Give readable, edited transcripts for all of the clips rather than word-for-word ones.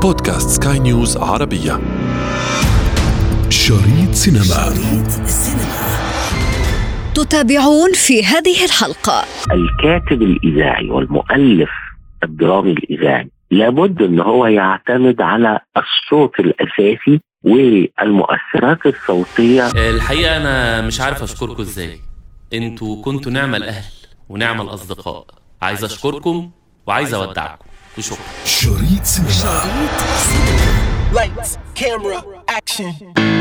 بودكاست سكاي نيوز عربية. شريط سينما. تتابعون في هذه الحلقة. الكاتب الإذاعي والمؤلف الدرامي الإذاعي لابد أن هو يعتمد على الصوت الأساسي والمؤثرات الصوتية. الحقيقة أنا مش عارف أشكركم إزاي. أنتوا كنتوا نعمة الأهل ونعمة الأصدقاء. عايز أشكركم وعايز أودعكم وشكرا. شريط سينما. Lights, camera, action.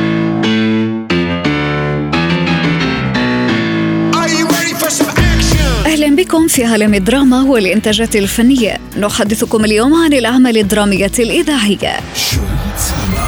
Are you ready for some action? أهلا بكم في عالم الدراما والإنتاجات الفنية. نحدثكم اليوم عن الأعمال الدرامية الإذاعية. شريط سينما.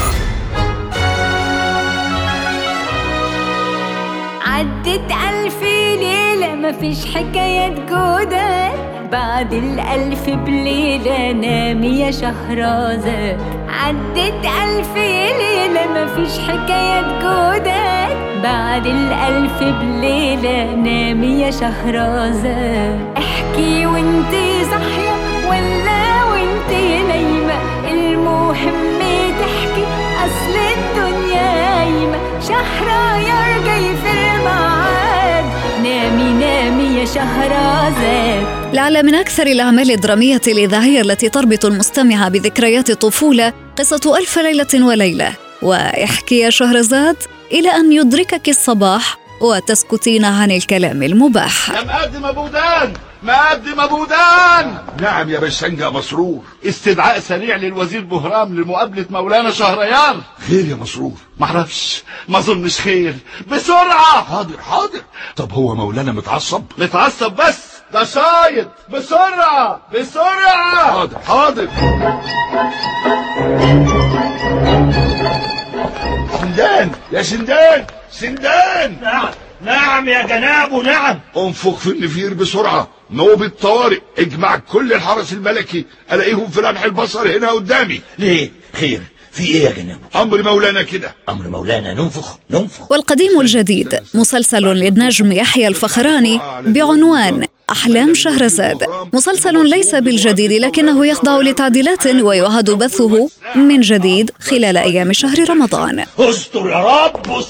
عدت 1000 ليلة ما فيش حكاية جودة، بعد 1000 بليلة نامي يا شهرزاد. عدت 1000 ليلة ما فيش حكاية جودة، بعد 1000 بليلة نامي يا شهرزاد. احكي وانتي صاحية ولا وانتي نايمة، المهم تحكي أصل الدنيا قايمة. شهريار جاي في الميعاد، نامي نامي يا شهرزاد. لعل من أكثر الأعمال الدرامية الإذاعية التي تربط المستمع بذكريات الطفولة قصة 1000 ليلة وليلة، واحكي يا شهرزاد إلى أن يدركك الصباح وتسكتين عن الكلام المباح. يا مقدم أبو دان. نعم يا باشنجة مسرور. استدعاء سريع للوزير بهرام لمقابلة مولانا شهريار. خير يا مسرور؟ معرفش، ما ظنش خير. بسرعة. حاضر. طب هو مولانا متعصب بس ده شايط. بسرعة. حاضر. سندان. نعم يا جنابه نعم. انفخ في النفير بسرعة، نوبة طوارئ، اجمع كل الحرس الملكي، الاقيهم في لمح البصر هنا قدامي. ليه؟ خير؟ في ايه يا جناب؟ امر مولانا كده. امر مولانا. ننفخ. والقديم الجديد، مسلسل للنجم يحيى الفخراني بعنوان أحلام شهرزاد. مسلسل ليس بالجديد لكنه يخضع لتعديلات ويعاد بثه من جديد خلال أيام شهر رمضان. استر يا رب.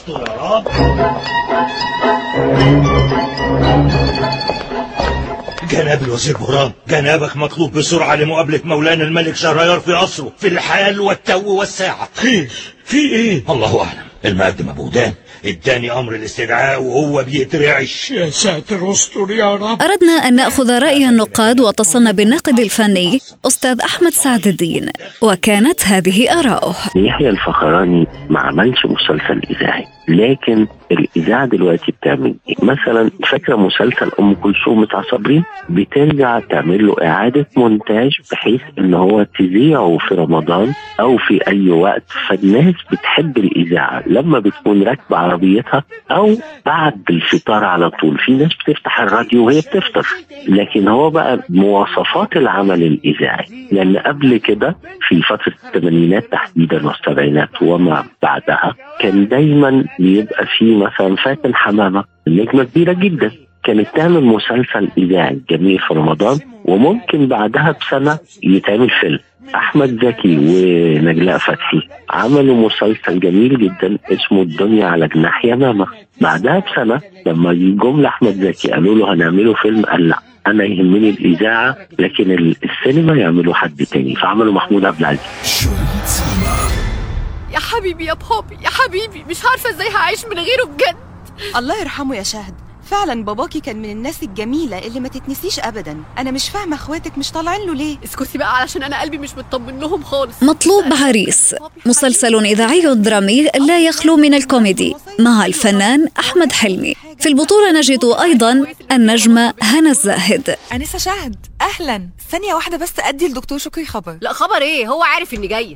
جناب الوزير بهرام، جنابك مطلوب بسرعة لمقابلة مولانا الملك شهريار في قصره في الحال والتو والساعة. خير؟ في ايه؟ الله أعلم. المقدم أبو دان اداني أمر الاستدعاء وهو بيترعش. يا ساتر استر يا رب. أردنا أن نأخذ رأي النقاد واتصلنا بالناقد الفني أستاذ أحمد سعد الدين، وكانت هذه آراؤه. يحيى الفخراني ما عملش مسلسل إذاعي، لكن الإذاعة دلوقتي بتعمل إيه؟ مثلا فاكرة مسلسل أم كلثوم بتاع صابرين، بترجع تعمل له إعادة مونتاج بحيث إن هو تذيعه في رمضان أو في أي وقت. فالناس بتحب الإذاعة لما بتكون راكبة عربيتها أو بعد الفطار على طول. في ناس بتفتح الراديو وهي بتفطر، لكن هو بقى مواصفات العمل الإذاعي، لأن قبل كده في فترة الثمانينات تحديدا والسبعينات وما بعدها كان دايما بيبقى فيه مثلا فاتن حمامة، نجمة كبيرة جدا، كانت تعمل مسلسل إذاعي جميل في رمضان، وممكن بعدها بسنة يتعمل فيلم. أحمد زكي ونجلاء فتحي عملوا مسلسل جميل جدا اسمه الدنيا على جناح يمامة. بعدها بسنة لما جم لأحمد زكي قالوا له هنعمله فيلم، قال لا أنا يهمني الإذاعة لكن السينما يعملوا حد تاني، فعملوا محمود عبد العزيز. شريط سينما. يا حبيبي يا بابي يا حبيبي، مش عارفة ازاي هعيش من غيره بجد. الله يرحمه يا شهد، فعلا باباكي كان من الناس الجميلة اللي ما تتنسيش أبدا. أنا مش فاهمة اخواتك مش طالعين له ليه؟ اسكتي بقى علشان أنا قلبي مش مطمن لهم خالص. مطلوب عريس، مسلسل إذاعي درامي لا يخلو من الكوميدي مع الفنان أحمد حلمي. في البطولة نجد أيضا النجمة هنا الزاهد. أنسة شهد أهلا، ثانية واحدة بس أدي الدكتور شكري خبر. لا خبر ايه، هو عارف اني جاية.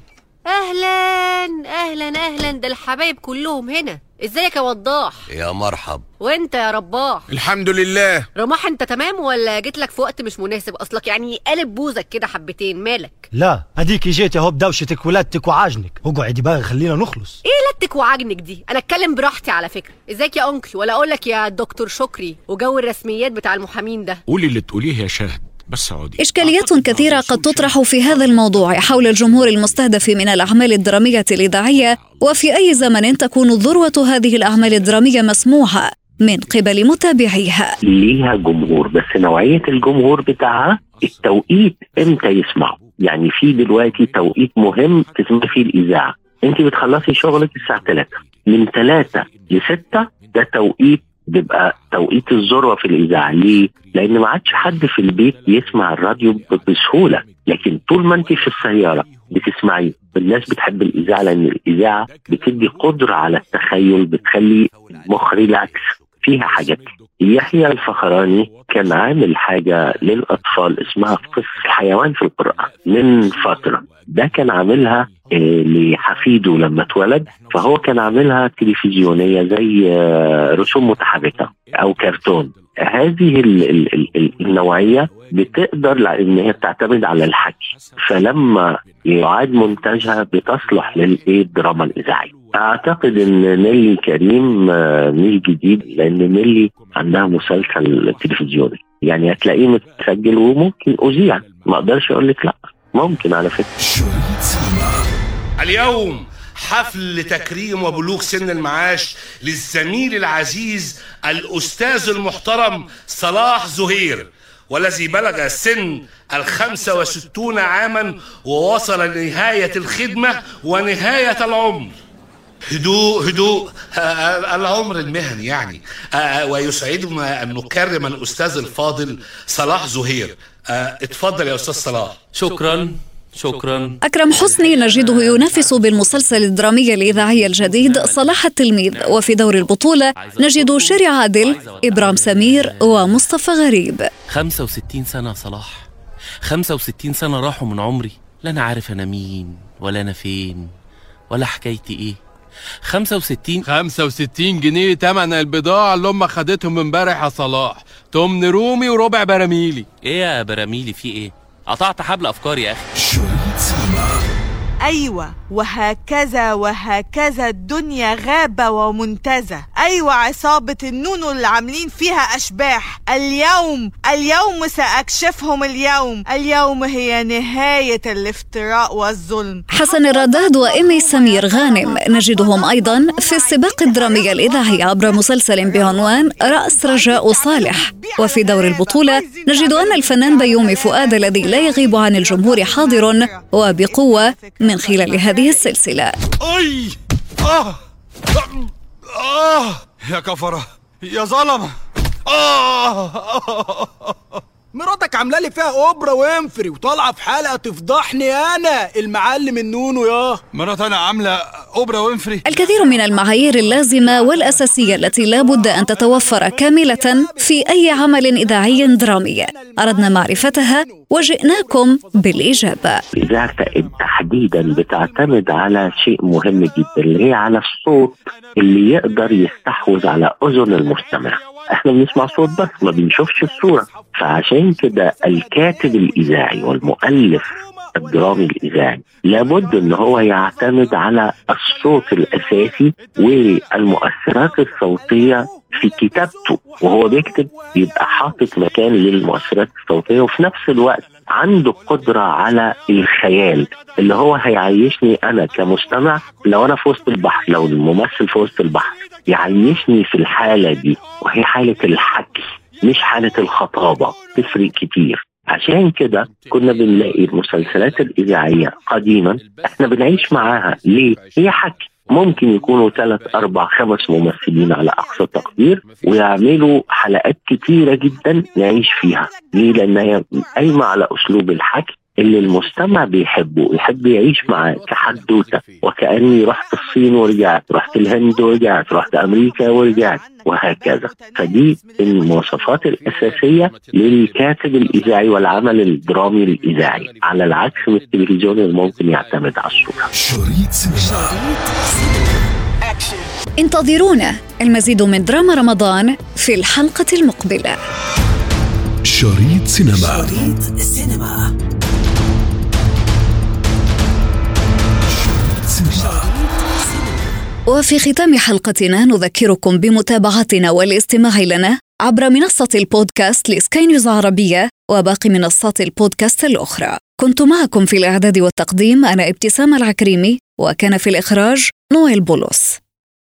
اهلا ده الحبايب كلهم هنا. ازيك يا وضاح؟ يا مرحب. وانت يا رباح؟ الحمد لله. رماح انت تمام ولا جيت لك في وقت مش مناسب؟ اصلك يعني قالب بوزك كده حبتين، مالك؟ لا اديكي جيت اهو بدوشتك ولادتك وعاجنك. اقعدي بقى خلينا نخلص. ايه لادتك وعجنك دي؟ انا اتكلم براحتي على فكره. ازيك يا انكل ولا اقول لك يا دكتور شكري وجو الرسميات بتاع المحامين ده؟ قولي اللي تقوليه يا شهد، بس عودي. إشكاليات كثيرة قد تطرح في هذا الموضوع حول الجمهور المستهدف من الأعمال الدرامية الإذاعية، وفي أي زمن تكون ذروة هذه الأعمال الدرامية مسموعة من قبل متابعيها. ليها جمهور، بس نوعية الجمهور بتاعها التوقيت امتى يسمعوا. يعني في دلوقتي توقيت مهم تسمع فيه الإذاعة، انت بتخلصي شغلك الساعة 3، من 3 ل6 ده توقيت بيبقى توقيت الذروة في الإذاعة. ليه؟ لأن ما عادش حد في البيت يسمع الراديو بسهولة، لكن طول ما انت في السيارة بتسمعي. الناس بتحب الإذاعة لأن الإذاعة بتدي قدرة على التخيل، بتخلي المخ ريلاكس فيها حاجات. يحيى الفخراني كان عامل حاجة للأطفال اسمها قصة الحيوان في القرآن من فترة، ده كان عاملها لحفيده لما اتولد، فهو كان عاملها تلفزيونية زي رسوم متحركة أو كرتون. هذه النوعية بتقدر لأن هي بتعتمد على الحكي، فلما يعاد منتجها بتصلح للدراما الإذاعية. أعتقد أن نيلي كريم مش جديد، لأن نيلي عندها مسلسل تلفزيوني يعني هتلاقيه متسجل وممكن أذيع، ما أقدرش أقول لك لا، ممكن على فكرة. اليوم حفل تكريم وبلوغ سن المعاش للزميل العزيز الأستاذ المحترم صلاح زهير، والذي بلغ سن 65 عاما ووصل لنهاية الخدمة ونهاية العمر. هدوء العمر المهني يعني. ويسعدنا أن نكرم الأستاذ الفاضل صلاح زهير. اتفضل يا أستاذ صلاح. شكرا. أكرم حسني نجده ينافس بالمسلسل الدرامي الإذاعي الجديد صلاح التلميذ، وفي دور البطولة نجد شيري عادل، إبرام سمير ومصطفى غريب. 65 سنة صلاح، 65 سنة راحوا من عمري، لا أنا عارف أنا مين ولا أنا فين ولا حكايتي إيه. 65 جنيه تمن البضاعة اللي أمك خدتهم من امبارح يا صلاح، تمن رومي وربع براميلي. إيه يا براميلي في إيه؟ قطعت حبل أفكاري يا أخي. أيوة، وهكذا الدنيا غابة ومنتزه. أيوة، عصابة النونو اللي عاملين فيها أشباح. اليوم سأكشفهم. اليوم هي نهاية الافتراء والظلم. حسن الرداد وإيمي سمير غانم نجدهم أيضا في السباق الدرامي الإذاعي عبر مسلسل بعنوان رأس رجاء صالح، وفي دور البطولة نجد أن الفنان بيومي فؤاد الذي لا يغيب عن الجمهور حاضر وبقوة من خلال هذه السلسلة. يا كفرة يا ظلمة. مراتك عامله لي فيها اوبرا وينفري وطالعه في حلقه تفضحني انا المعلم النونو. يا مرات انا عامله اوبرا وينفري. الكثير من المعايير اللازمه والاساسيه التي لا بد ان تتوفر كامله في اي عمل اذاعي درامي اردنا معرفتها وجئناكم بالاجابه. الاذاعه تحديدا بتعتمد على شيء مهم جدا، اللي هي على الصوت اللي يقدر يستحوذ على اذن المستمع. احنا بنسمع صوت بس ما بنشوفش الصورة، فعشان كده الكاتب الإذاعي والمؤلف الدرامي الإذاعي لابد ان هو يعتمد على الصوت الأساسي والمؤثرات الصوتية في كتابته، وهو بيكتب يبقى حاطط مكان للمؤثرات الصوتية، وفي نفس الوقت عنده قدرة على الخيال اللي هو هيعيشني أنا كمستمع. لو أنا في وسط البحر، لو الممثل في وسط البحر، يعيشني في الحالة دي، وهي حالة الحكي مش حالة الخطابة، تفرق كتير. عشان كده كنا بنلاقي المسلسلات الإذاعية قديما احنا بنعيش معاها. ليه؟ هي حكي، ممكن يكونوا 3 4 5 ممثلين على أقصى تقدير ويعملوا حلقات كتيرة جدا نعيش فيها. ليه؟ لأن هي قايمة على أسلوب الحكي اللي المستمع بيحبه، يحب يعيش معاه كحدوتة، وكأني رحت الصين ورجعت، رحت الهند ورجعت، رحت أمريكا ورجعت، وهكذا. فدي المواصفات الأساسية للكاتب الإذاعي والعمل الدرامي الإذاعي، على العكس من التلفزيون اللي ممكن يعتمد على الصورة. انتظرونا المزيد من دراما رمضان في الحلقة المقبلة. شريط سينما. وفي ختام حلقتنا نذكركم بمتابعتنا والاستماع لنا عبر منصة البودكاست لسكاي نيوز عربية وباقي منصات البودكاست الأخرى. كنت معكم في الإعداد والتقديم أنا ابتسام العكريمي، وكان في الإخراج نويل بولس.